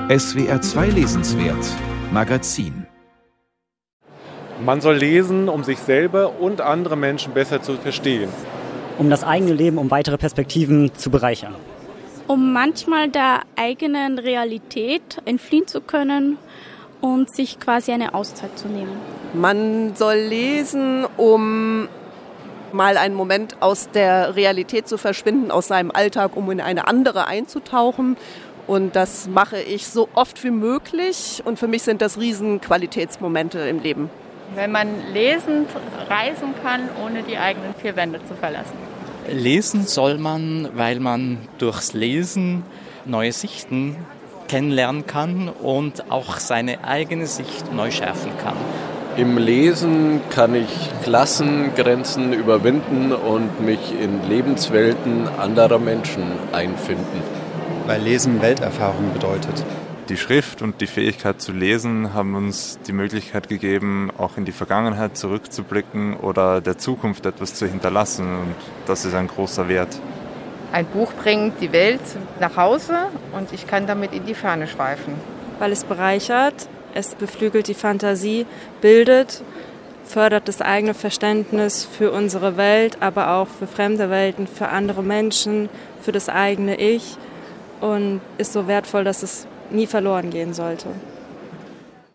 SWR 2 Lesenswert Magazin. Man soll lesen, um sich selber und andere Menschen besser zu verstehen. Um das eigene Leben, um weitere Perspektiven zu bereichern. Um manchmal der eigenen Realität entfliehen zu können und sich quasi eine Auszeit zu nehmen. Man soll lesen, um mal einen Moment aus der Realität zu verschwinden, aus seinem Alltag, um in eine andere einzutauchen. Und das mache ich so oft wie möglich. Und für mich sind das riesen Qualitätsmomente im Leben. Wenn man lesend reisen kann, ohne die eigenen vier Wände zu verlassen. Lesen soll man, weil man durchs Lesen neue Sichten kennenlernen kann und auch seine eigene Sicht neu schärfen kann. Im Lesen kann ich Klassengrenzen überwinden und mich in Lebenswelten anderer Menschen einfinden. Weil Lesen Welterfahrung bedeutet. Die Schrift und die Fähigkeit zu lesen haben uns die Möglichkeit gegeben, auch in die Vergangenheit zurückzublicken oder der Zukunft etwas zu hinterlassen. Und das ist ein großer Wert. Ein Buch bringt die Welt nach Hause und ich kann damit in die Ferne schweifen. Weil es bereichert, es beflügelt die Fantasie, bildet, fördert das eigene Verständnis für unsere Welt, aber auch für fremde Welten, für andere Menschen, für das eigene Ich und ist so wertvoll, dass es nie verloren gehen sollte.